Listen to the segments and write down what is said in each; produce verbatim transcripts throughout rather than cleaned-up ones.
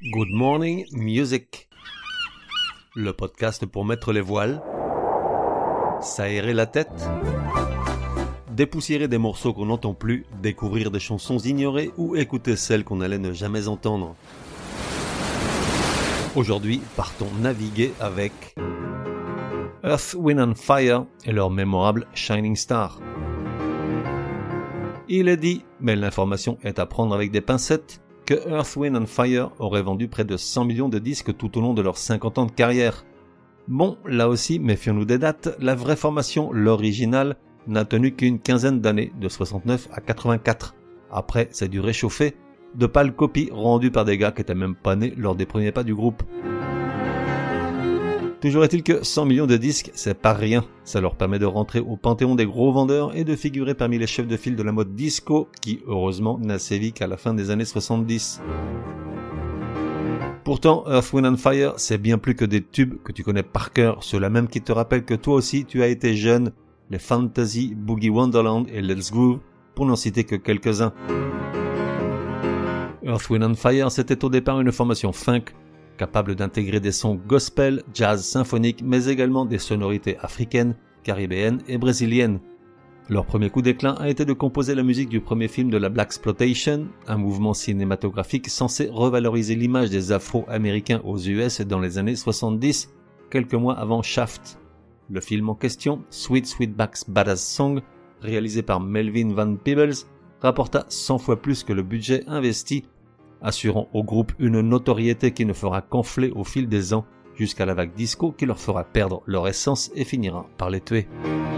Good Morning Music, le podcast pour mettre les voiles, s'aérer la tête, dépoussiérer des morceaux qu'on n'entend plus, découvrir des chansons ignorées ou écouter celles qu'on allait ne jamais entendre. Aujourd'hui, partons naviguer avec Earth, Wind and Fire et leur mémorable Shining Star. Il est dit, mais l'information est à prendre avec des pincettes, que Earth, Wind and Fire aurait vendu près de cent millions de disques tout au long de leurs cinquante ans de carrière. Bon, là aussi, méfions-nous des dates, la vraie formation, l'original, n'a tenu qu'une quinzaine d'années, de soixante-neuf à quatre-vingt-quatre. Après, c'est du réchauffé, de pâles copies rendues par des gars qui étaient même pas nés lors des premiers pas du groupe. Toujours est-il que cent millions de disques, c'est pas rien. Ça leur permet de rentrer au panthéon des gros vendeurs et de figurer parmi les chefs de file de la mode disco, qui, heureusement, n'a sévi qu'à la fin des années soixante-dix. Pourtant, Earth, Wind and Fire, c'est bien plus que des tubes que tu connais par cœur, ceux-là même qui te rappellent que toi aussi tu as été jeune, les Fantasy, Boogie Wonderland et Let's Groove, pour n'en citer que quelques-uns. Earth, Wind and Fire, c'était au départ une formation funk, capable d'intégrer des sons gospel, jazz symphonique, mais également des sonorités africaines, caribéennes et brésiliennes. Leur premier coup d'éclat a été de composer la musique du premier film de la Blaxploitation, un mouvement cinématographique censé revaloriser l'image des Afro-Américains aux U S dans les années soixante-dix, quelques mois avant Shaft. Le film en question, Sweet Sweetback's Badass Song, réalisé par Melvin Van Peebles, rapporta cent fois plus que le budget investi, assurant au groupe une notoriété qui ne fera qu'enfler au fil des ans, jusqu'à la vague disco qui leur fera perdre leur essence et finira par les tuer.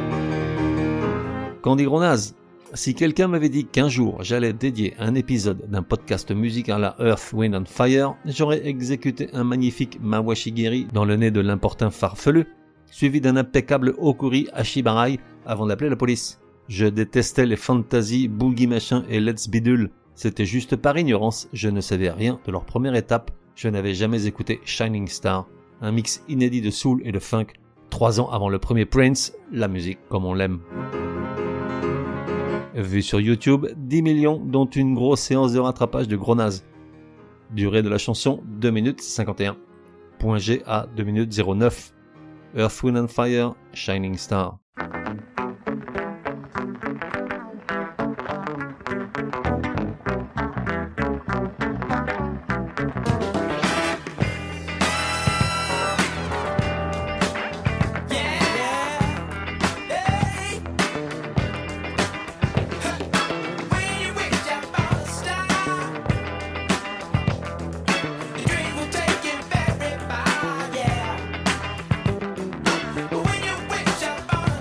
Candy Gronaz, si quelqu'un m'avait dit qu'un jour j'allais dédier un épisode d'un podcast musical à Earth, Wind and Fire, j'aurais exécuté un magnifique Mawashigiri dans le nez de l'importun farfelu, suivi d'un impeccable Okuri Ashibarai avant d'appeler la police. Je détestais les Fantasy, Boogie Machin et Let's Bidule. C'était juste par ignorance, je ne savais rien de leur première étape, je n'avais jamais écouté Shining Star, un mix inédit de soul et de funk, trois ans avant le premier Prince, la musique comme on l'aime. Vu sur YouTube, dix millions, dont une grosse séance de rattrapage de gros nazes. Durée de la chanson, deux minutes cinquante et un. Point G à deux minutes zéro neuf. Earth, Wind and Fire, Shining Star. When you wish upon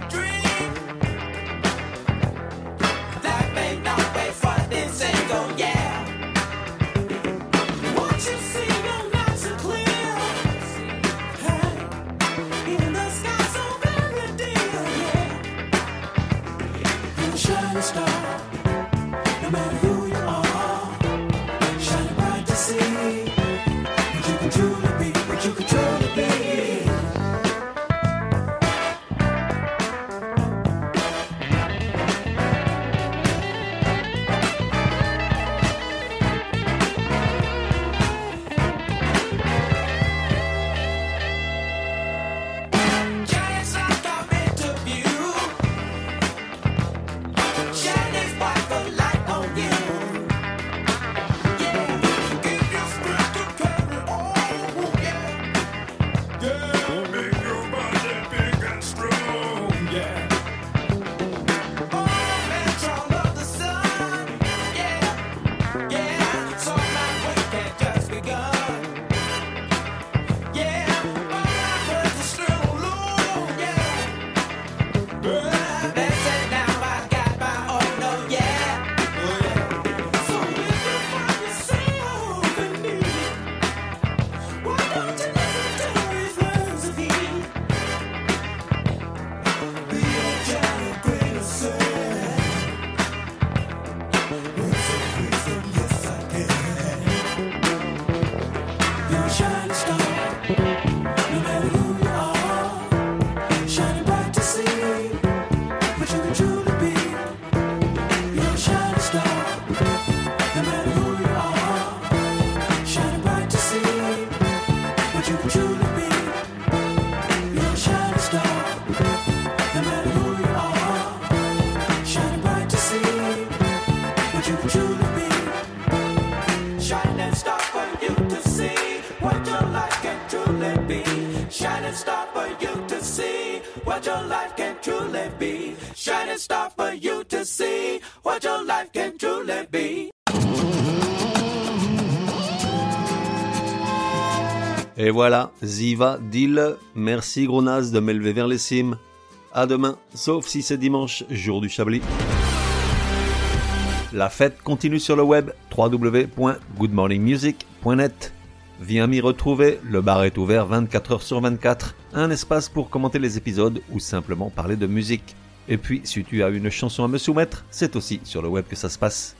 your life can truly be. Shining star for you to see what your life can truly be. Et voilà, Ziva Dil, merci gros naze de m'élever vers les cimes. À demain, sauf si c'est dimanche, jour du Chablis. La fête continue sur le web, w w w point good morning music point net. Viens m'y retrouver, le bar est ouvert vingt-quatre heures sur vingt-quatre, un espace pour commenter les épisodes ou simplement parler de musique. Et puis, si tu as une chanson à me soumettre, c'est aussi sur le web que ça se passe.